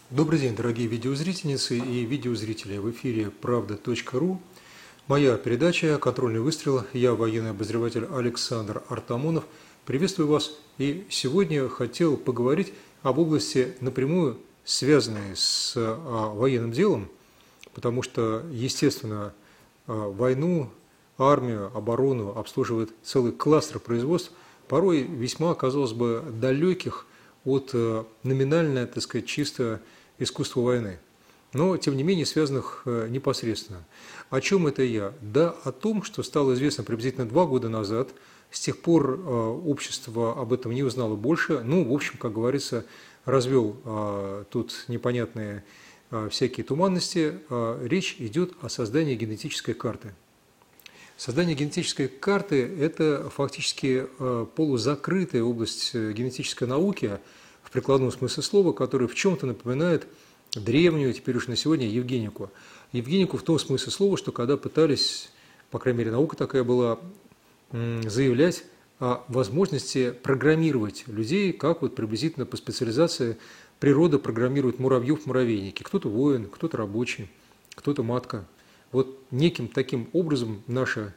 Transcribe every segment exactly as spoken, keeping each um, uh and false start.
Добрый день, дорогие видеозрительницы и видеозрители. В эфире правда точка ру. Моя передача «Контрольный выстрел». Я военный обозреватель Александр Артамонов. Приветствую вас. И сегодня хотел поговорить об области, напрямую связанной с а, военным делом, потому что, естественно, а, войну, армию, оборону обслуживает целый кластер производств, порой весьма, казалось бы, далеких от а, номинально, так сказать, чисто искусства войны, но, тем не менее, связанных непосредственно. О чем это я? Да о том, что стало известно приблизительно два года назад, с тех пор общество об этом не узнало больше, ну, в общем, как говорится, развел тут непонятные всякие туманности, речь идет о создании генетической карты. Создание генетической карты – это фактически полузакрытая область генетической науки, в прикладном смысле слова, который в чем-то напоминает древнюю, теперь уж на сегодня, Евгенику. Евгенику в том смысле слова, что когда пытались, по крайней мере, наука такая была, заявлять о возможности программировать людей, как вот приблизительно по специализации природа программирует муравьев в муравейнике. Кто-то воин, кто-то рабочий, кто-то матка. Вот неким таким образом наша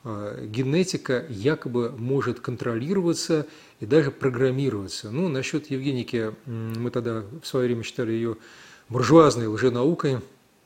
генетика якобы может контролироваться и даже программироваться. Ну, насчет Евгеники, мы тогда в свое время считали ее буржуазной лженаукой.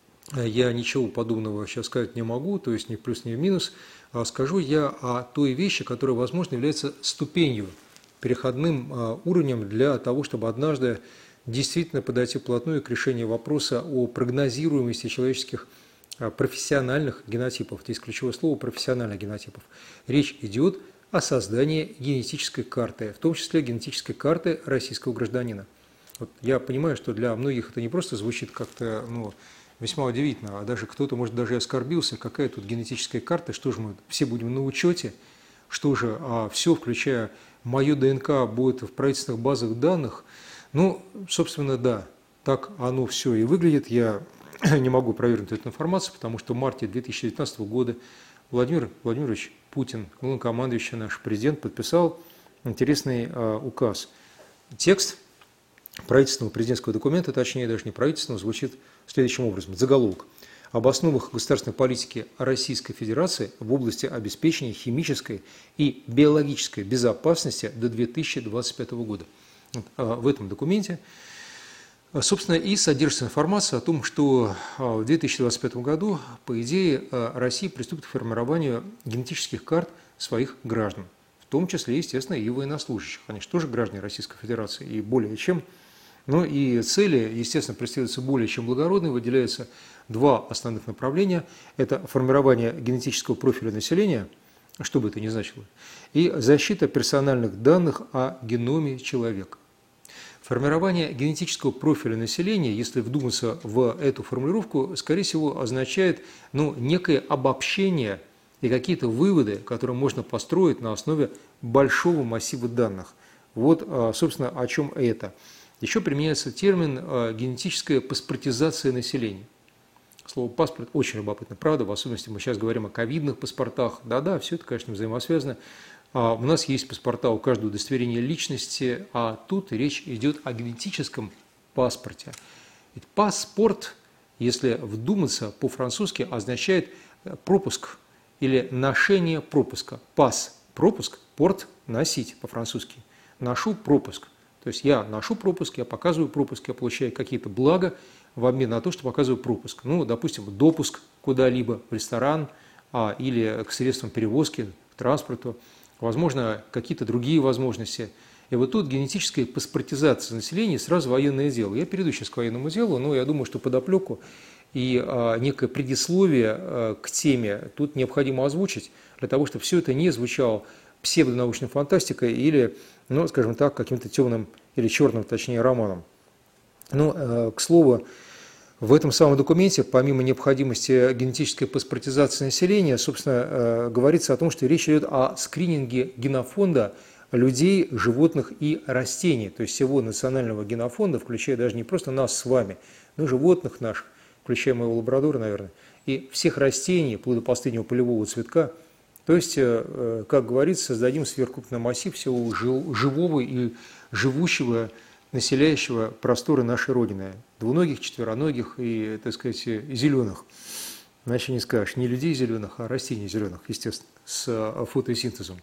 Я ничего подобного сейчас сказать не могу, то есть ни в плюс, ни в минус. А скажу я о той вещи, которая, возможно, является ступенью, переходным уровнем для того, чтобы однажды действительно подойти вплотную к решению вопроса о прогнозируемости человеческих профессиональных генотипов. Здесь ключевое слово профессиональных генотипов. Речь идет о создании генетической карты, в том числе генетической карты российского гражданина. Вот я понимаю, что для многих это не просто звучит как-то ну, весьма удивительно, а даже кто-то, может, даже и оскорбился, какая тут генетическая карта, что же мы все будем на учете, что же, а все, включая мою ДНК, будет в правительственных базах данных. Ну, собственно, да, так оно все и выглядит. Я не могу проверить эту информацию, потому что в марте две тысячи девятнадцатого года Владимир Владимирович Путин, главнокомандующий наш президент, подписал интересный э, указ. Текст правительственного президентского документа, точнее даже не правительственного, звучит следующим образом. Заголовок. Об основах государственной политики Российской Федерации в области обеспечения химической и биологической безопасности до две тысячи двадцать пятого года. Вот, э, в этом документе собственно, и содержится информация о том, что в две тысячи двадцать пятом году, по идее, Россия приступит к формированию генетических карт своих граждан, в том числе, естественно, и военнослужащих. Они же тоже граждане Российской Федерации, и более чем. Ну и цели, естественно, преследуются более чем благородные, выделяются два основных направления. Это формирование генетического профиля населения, что бы это ни значило, и защита персональных данных о геноме человека. Формирование генетического профиля населения, если вдуматься в эту формулировку, скорее всего, означает ну, некое обобщение и какие-то выводы, которые можно построить на основе большого массива данных. Вот, собственно, о чем это. Еще применяется термин генетическая паспортизация населения. Слово «паспорт» очень любопытно, правда, в особенности мы сейчас говорим о ковидных паспортах. Да-да, все это, конечно, взаимосвязано. У нас есть паспорта у каждого удостоверения личности, а тут речь идет о генетическом паспорте. Ведь паспорт, если вдуматься, по-французски означает пропуск или ношение пропуска. Пас – пропуск, порт – носить по-французски. Ношу пропуск. То есть я ношу пропуск, я показываю пропуск, я получаю какие-то блага в обмен на то, что показываю пропуск. Ну, допустим, допуск куда-либо, в ресторан а, или к средствам перевозки, к транспорту. Возможно, какие-то другие возможности. И вот тут генетическая паспортизация населения сразу военное дело. Я перейду сейчас к военному делу, но я думаю, что подоплеку и а, некое предисловие а, к теме тут необходимо озвучить, для того, чтобы все это не звучало псевдонаучной фантастикой или, ну, скажем так, каким-то темным или черным, точнее, романом. Ну, а, к слову, в этом самом документе, помимо необходимости генетической паспортизации населения, собственно, говорится о том, что речь идет о скрининге генофонда людей, животных и растений, то есть всего национального генофонда, включая даже не просто нас с вами, но и животных наших, включая моего лабрадора, наверное, и всех растений, вплоть до последнего полевого цветка. То есть, как говорится, создадим сверхкрупный массив всего живого и живущего населяющего просторы нашей Родины. Двуногих, четвероногих и, так сказать, зеленых. Иначе не скажешь, не людей зеленых, а растений зеленых, естественно, с фотосинтезом.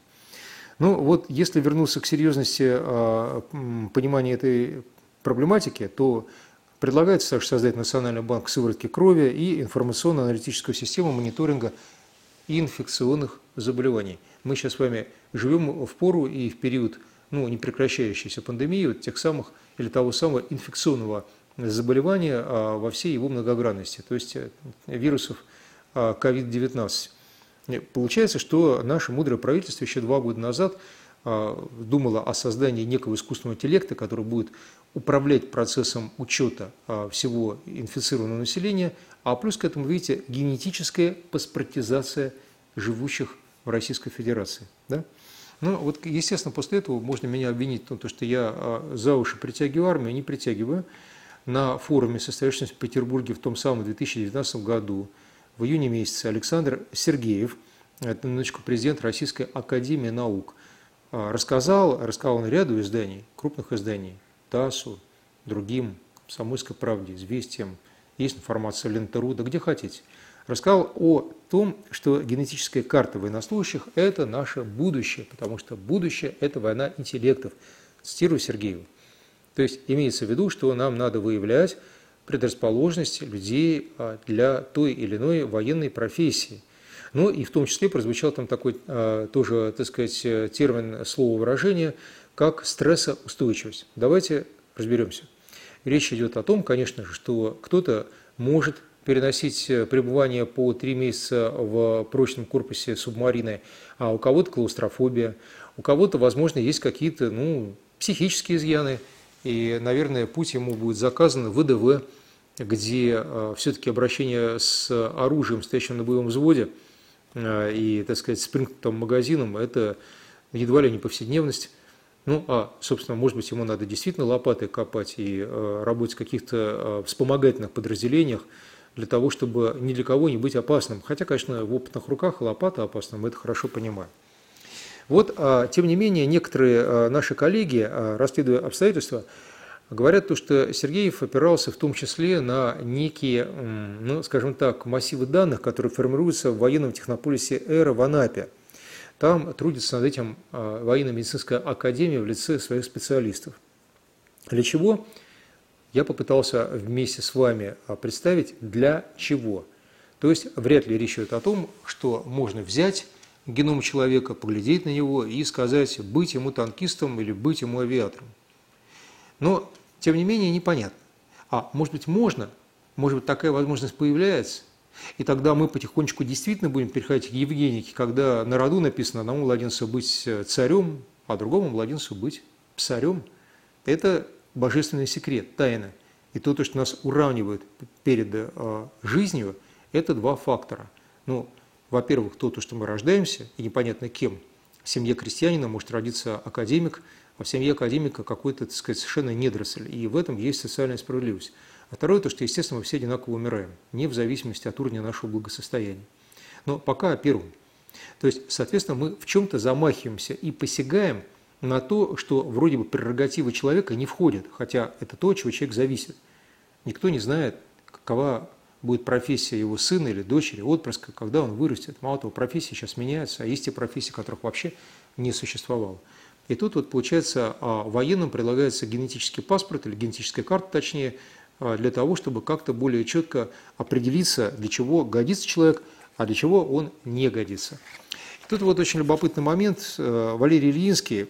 Ну вот, если вернуться к серьезности понимания этой проблематики, то предлагается также создать Национальный банк сыворотки крови и информационно-аналитическую систему мониторинга инфекционных заболеваний. Мы сейчас с вами живем в пору и в период ну, непрекращающейся пандемии, вот тех самых или того самого инфекционного заболевания во всей его многогранности, то есть вирусов ковид девятнадцать. Получается, что наше мудрое правительство еще два года назад думало о создании некого искусственного интеллекта, который будет управлять процессом учета всего инфицированного населения, а плюс к этому, видите, генетическая паспортизация живущих в Российской Федерации. Да? Ну, вот, естественно, после этого можно меня обвинить в том, что я за уши притягиваю армию, не притягиваю. На форуме, состоявшемся в Петербурге в том самом две тысячи девятнадцатом году, в июне месяце, Александр Сергеев, это, на минуточку, президент Российской академии наук, рассказал, рассказал ряду изданий, крупных изданий, ТАССу, другим, «Комсомольской правде», «Известиям», есть информация Лента.ру, да где хотите. Рассказал о том, что генетическая карта военнослужащих – это наше будущее, потому что будущее – это война интеллектов. Цитирую Сергеева. То есть имеется в виду, что нам надо выявлять предрасположенность людей для той или иной военной профессии. Ну и в том числе прозвучал там такой тоже, так сказать, термин, слово, выражение, как стрессоустойчивость. Давайте разберемся. Речь идет о том, конечно же, что кто-то может переносить пребывание по три месяца в прочном корпусе субмарины, а у кого-то клаустрофобия, у кого-то, возможно, есть какие-то ну, психические изъяны, и, наверное, путь ему будет заказан в ВДВ, где все-таки обращение с оружием, стоящим на боевом взводе, и, так сказать, с примкнутым магазином, это едва ли не повседневность. Ну, а, собственно, может быть, ему надо действительно лопатой копать и работать в каких-то вспомогательных подразделениях для того, чтобы ни для кого не быть опасным. Хотя, конечно, в опытных руках лопата опасна, мы это хорошо понимаем. Вот, тем не менее, некоторые наши коллеги, расследуя обстоятельства, говорят, то, что Сергеев опирался в том числе на некие, ну, скажем так, массивы данных, которые формируются в военном технополисе «Эра» в Анапе. Там трудится над этим военно-медицинская академия в лице своих специалистов. Для чего? Я попытался вместе с вами представить, для чего. То есть вряд ли речь идет о том, что можно взять геном человека, поглядеть на него и сказать, быть ему танкистом или быть ему авиатором. Но, тем не менее, непонятно. А может быть, можно, может быть, такая возможность появляется, и тогда мы потихонечку действительно будем переходить к Евгенике, когда на роду написано одному младенцу быть царем, а другому младенцу быть псарем. Это божественный секрет, тайна. И то, что нас уравнивает перед жизнью, это два фактора. Ну, во-первых, то, что мы рождаемся, и непонятно кем. В семье крестьянина может родиться академик, а в семье академика какой-то, так сказать, совершенно недоросль. И в этом есть социальная справедливость. А второе, то, что, естественно, мы все одинаково умираем, не в зависимости от уровня нашего благосостояния. Но пока о первом. То есть, соответственно, мы в чем-то замахиваемся и посягаем на то, что вроде бы прерогативы человека не входят, хотя это то, от чего человек зависит. Никто не знает, какова будет профессия его сына или дочери, отпрыска, когда он вырастет. Мало того, профессии сейчас меняются, а есть те профессии, которых вообще не существовало. И тут вот получается, военным предлагается генетический паспорт или генетическая карта, точнее, для того, чтобы как-то более четко определиться, для чего годится человек, а для чего он не годится. Тут вот очень любопытный момент. Валерий Ильинский,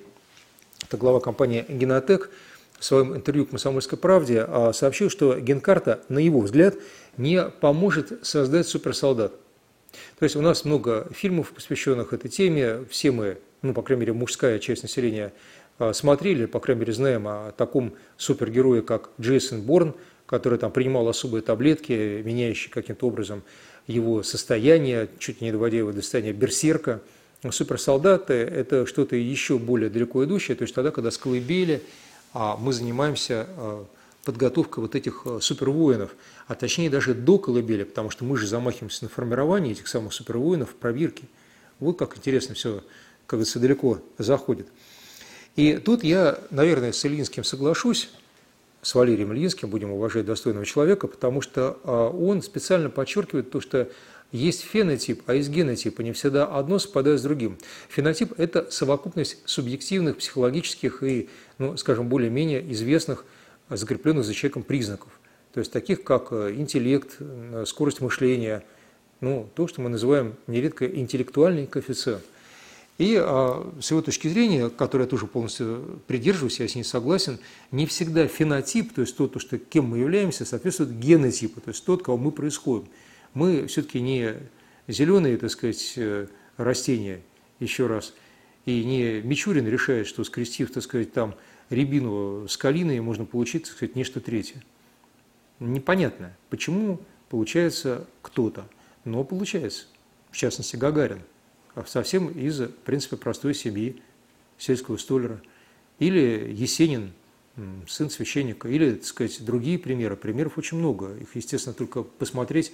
это глава компании «Генотек», в своем интервью «Комсомольской правде» сообщил, что генкарта, на его взгляд, не поможет создать суперсолдат. То есть у нас много фильмов, посвященных этой теме. Все мы, ну, по крайней мере, мужская часть населения, смотрели, по крайней мере, знаем о таком супергерое, как Джейсон Борн, который там принимал особые таблетки, меняющие каким-то образом его состояние, чуть не доводя его до состояния берсерка. Суперсолдаты – это что-то еще более далеко идущее, то есть тогда, когда с колыбели а мы занимаемся подготовкой вот этих супервоинов, а точнее даже до колыбели, потому что мы же замахиваемся на формирование этих самых супервоинов, пробирки. Вот как интересно все, как говорится, далеко заходит. И тут я, наверное, с Ильинским соглашусь, с Валерием Ильинским, будем уважать достойного человека, потому что он специально подчеркивает то, что есть фенотип, а есть генотип, и не всегда одно совпадает с другим. Фенотип – это совокупность субъективных, психологических и, ну, скажем, более-менее известных, закрепленных за человеком признаков. То есть таких, как интеллект, скорость мышления, ну, то, что мы называем нередко интеллектуальный коэффициент. И а, с его точки зрения, которой я тоже полностью придерживаюсь, я с ней согласен, не всегда фенотип, то есть то, то, что, кем мы являемся, соответствует генотипу, то есть тот, кого мы происходим. Мы все-таки не зеленые, так сказать, растения, еще раз, и не Мичурин решает, что скрестив, так сказать, там рябину с калиной, можно получить, так сказать, нечто третье. Непонятно, почему получается кто-то, но получается, в частности, Гагарин, совсем из, в принципе, простой семьи, сельского столяра, или Есенин, сын священника, или, так сказать, другие примеры. Примеров очень много, их, естественно, только посмотреть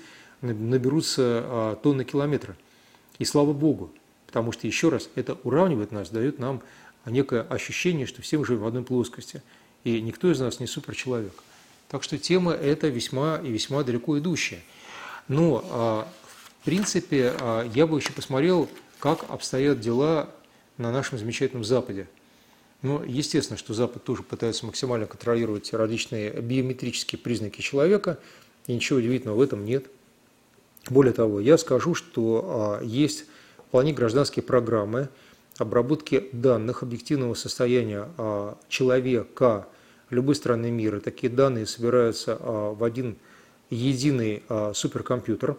наберутся тонны километра. И слава Богу, потому что, еще раз, это уравнивает нас, дает нам некое ощущение, что все мы живем в одной плоскости, и никто из нас не суперчеловек. Так что тема эта весьма и весьма далеко идущая. Но, в принципе, я бы еще посмотрел, как обстоят дела на нашем замечательном Западе. Ну, естественно, что Запад тоже пытается максимально контролировать различные биометрические признаки человека, и ничего удивительного в этом нет. Более того, я скажу, что есть вполне гражданские программы обработки данных объективного состояния человека любой страны мира. Такие данные собираются в один единый суперкомпьютер.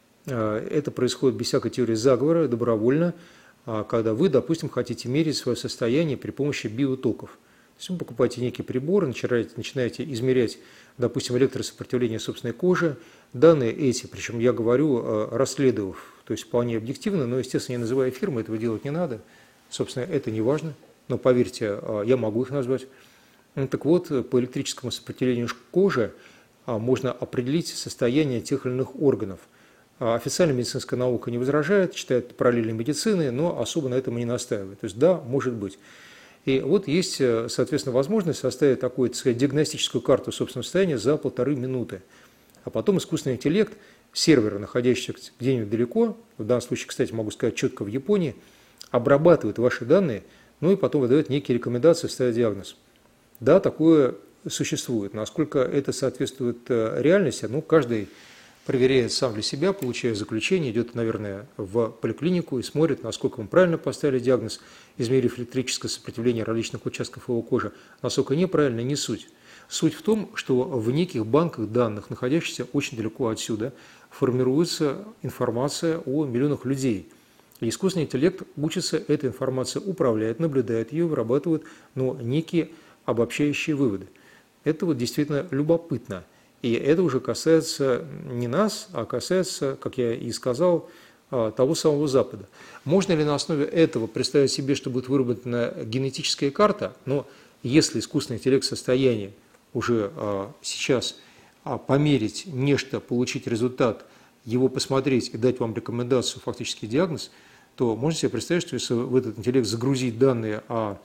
Это происходит без всякой теории заговора, добровольно, когда вы, допустим, хотите мерить свое состояние при помощи биотоков. То есть вы покупаете некий прибор, начинаете, начинаете измерять, допустим, электросопротивление собственной кожи. Данные эти, причем я говорю, расследовав, то есть вполне объективно, но, естественно, не называя фирмы, этого делать не надо. Собственно, это не важно, но, поверьте, я могу их назвать. Так вот, по электрическому сопротивлению кожи можно определить состояние тех или иных органов. Официальная медицинская наука не возражает, считает параллельной медицины, но особо на этом и не настаивает. То есть, да, может быть. И вот есть, соответственно, возможность составить такую, так сказать, диагностическую карту собственного состояния за полторы минуты. А потом искусственный интеллект, сервер, находящийся где-нибудь далеко, в данном случае, кстати, могу сказать четко в Японии, обрабатывает ваши данные, ну и потом выдает некие рекомендации, ставит диагноз. Да, такое существует. Насколько это соответствует реальности, ну, каждый проверяет сам для себя, получая заключение, идет, наверное, в поликлинику и смотрит, насколько ему правильно поставили диагноз, измерив электрическое сопротивление различных участков его кожи, насколько неправильно, не суть. Суть в том, что в неких банках данных, находящихся очень далеко отсюда, формируется информация о миллионах людей. И искусственный интеллект учится этой информацией, управляет, наблюдает ее, вырабатывает, но некие обобщающие выводы. Это вот действительно любопытно. И это уже касается не нас, а касается, как я и сказал, того самого Запада. Можно ли на основе этого представить себе, что будет выработана генетическая карта? Но если искусственный интеллект в состоянии уже сейчас померить нечто, получить результат, его посмотреть и дать вам рекомендацию, фактически диагноз, то можно себе представить, что если в этот интеллект загрузить данные о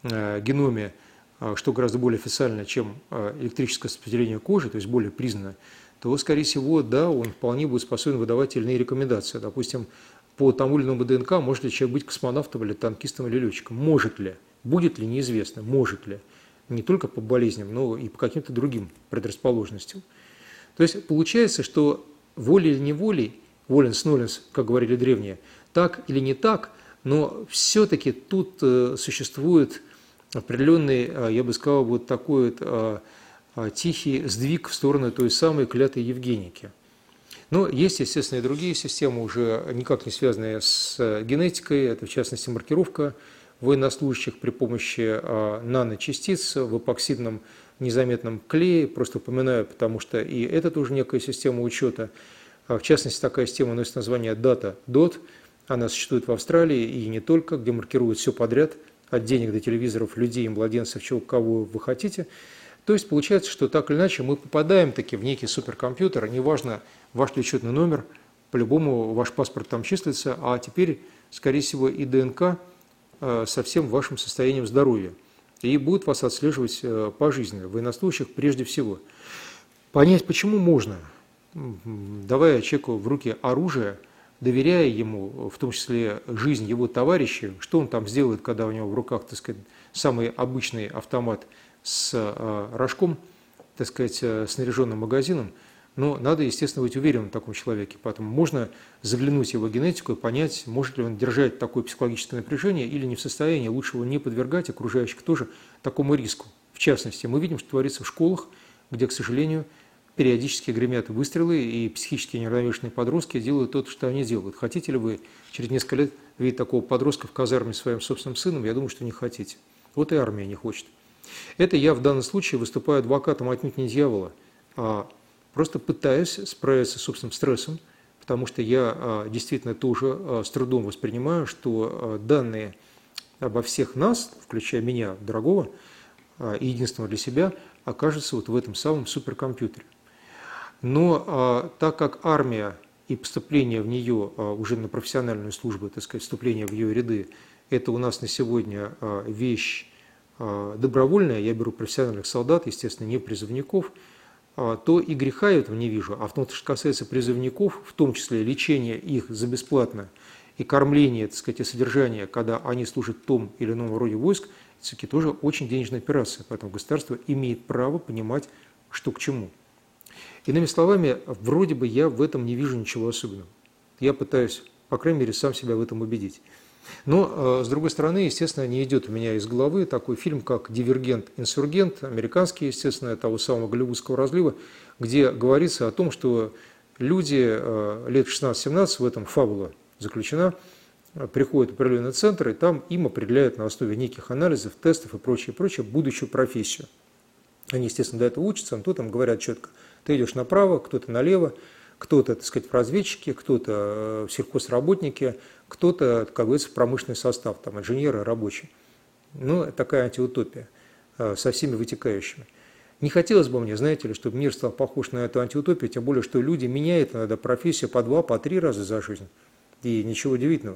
геноме, что гораздо более официально, чем электрическое сопротивление кожи, то есть более признанное, то, скорее всего, да, он вполне будет способен выдавать иные рекомендации. Допустим, по тому или иному ДНК, может ли человек быть космонавтом или танкистом или летчиком, может ли, будет ли, неизвестно, может ли, не только по болезням, но и по каким-то другим предрасположенностям. То есть получается, что волей или неволей, воленс-ноленс, как говорили древние, так или не так, но все-таки тут существует определенный, я бы сказал, вот такой вот тихий сдвиг в сторону той самой клятой Евгеники. Но есть, естественно, и другие системы, уже никак не связанные с генетикой, это в частности маркировка военнослужащих при помощи наночастиц в эпоксидном незаметном клее, просто упоминаю, потому что и это тоже некая система учета. В частности, такая система носит название дата дот, она существует в Австралии и не только, где маркируют все подряд, от денег до телевизоров, людей, младенцев, чего, кого вы хотите. То есть получается, что так или иначе мы попадаем таки в некий суперкомпьютер, неважно ваш ли учетный номер, по-любому ваш паспорт там числится, а теперь, скорее всего, и ДНК со всем вашим состоянием здоровья. и будут вас отслеживать пожизненно, военнослужащих прежде всего. Понять, почему можно, давая человеку в руки оружие, доверяя ему, в том числе жизнь его товарища, что он там сделает, когда у него в руках, так сказать, самый обычный автомат с рожком, так сказать, снаряженным магазином, но надо, естественно, быть уверенным в таком человеке. Поэтому можно заглянуть в его генетику и понять, может ли он держать такое психологическое напряжение или не в состоянии, лучше его не подвергать окружающих тоже такому риску. В частности, мы видим, что творится в школах, где, к сожалению, периодически гремят выстрелы, и психически неравновешенные подростки делают то, что они делают. Хотите ли вы через несколько лет видеть такого подростка в казарме своим собственным сыном? Я думаю, что не хотите. Вот и армия не хочет. Это я в данном случае выступаю адвокатом отнюдь не дьявола, а просто пытаюсь справиться с собственным стрессом, потому что я действительно тоже с трудом воспринимаю, что данные обо всех нас, включая меня, дорогого и единственного для себя, окажутся вот в этом самом суперкомпьютере. Но так как армия и поступление в нее уже на профессиональную службу, так сказать, вступление в ее ряды, это у нас на сегодня вещь добровольная, я беру профессиональных солдат, естественно, не призывников, то и греха я этого не вижу. А в том, что касается призывников, в том числе лечение их за бесплатно и кормление, так сказать, и содержание, когда они служат в том или ином роде войск, это все-таки тоже очень денежная операция. Поэтому государство имеет право понимать, что к чему. Иными словами, вроде бы я в этом не вижу ничего особенного. Я пытаюсь, по крайней мере, сам себя в этом убедить. Но, с другой стороны, естественно, не идет у меня из головы такой фильм, как «Дивергент. Инсургент», американский, естественно, того самого голливудского разлива, где говорится о том, что люди лет шестнадцать-семнадцать, в этом фабула заключена, приходят в определенный центр, и там им определяют на основе неких анализов, тестов и прочее, прочее будущую профессию. Они, естественно, до этого учатся, но тут им говорят четко: ты идешь направо, кто-то налево, кто-то, так сказать, в разведчике, кто-то в сельхозработнике, кто-то, как говорится, в промышленный состав, там, инженеры, рабочие. Ну, такая антиутопия со всеми вытекающими. Не хотелось бы мне, знаете ли, чтобы мир стал похож на эту антиутопию, тем более, что люди меняют иногда профессию по два, по три раза за жизнь. И ничего удивительного.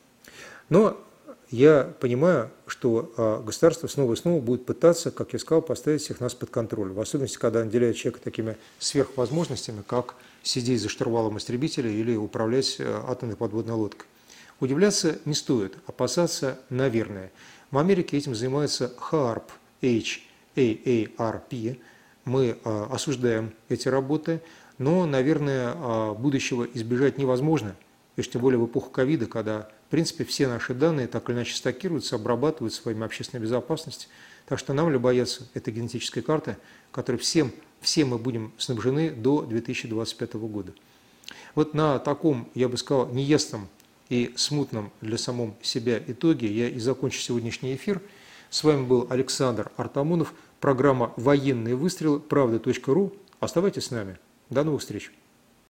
Но я понимаю, что государство снова и снова будет пытаться, как я сказал, поставить всех нас под контроль. В особенности, когда наделяет человека такими сверхвозможностями, как сидеть за штурвалом истребителя или управлять атомной подводной лодкой. Удивляться не стоит, опасаться, наверное. В Америке этим занимается хаарп, эйч эй эй ар пи. Мы осуждаем эти работы, но, наверное, будущего избежать невозможно. И тем более в эпоху ковида, когда, в принципе, все наши данные так или иначе стакируются, обрабатываются во имя общественной безопасности. Так что нам ли бояться этой генетической карты, которой всем, все мы будем снабжены до две тысячи двадцать пятого года. Вот на таком, я бы сказал, неясном и смутном для самого себя итоге я и закончу сегодняшний эфир. С вами был Александр Артамонов, программа «Военные выстрелы», правда точка ру. Оставайтесь с нами. До новых встреч.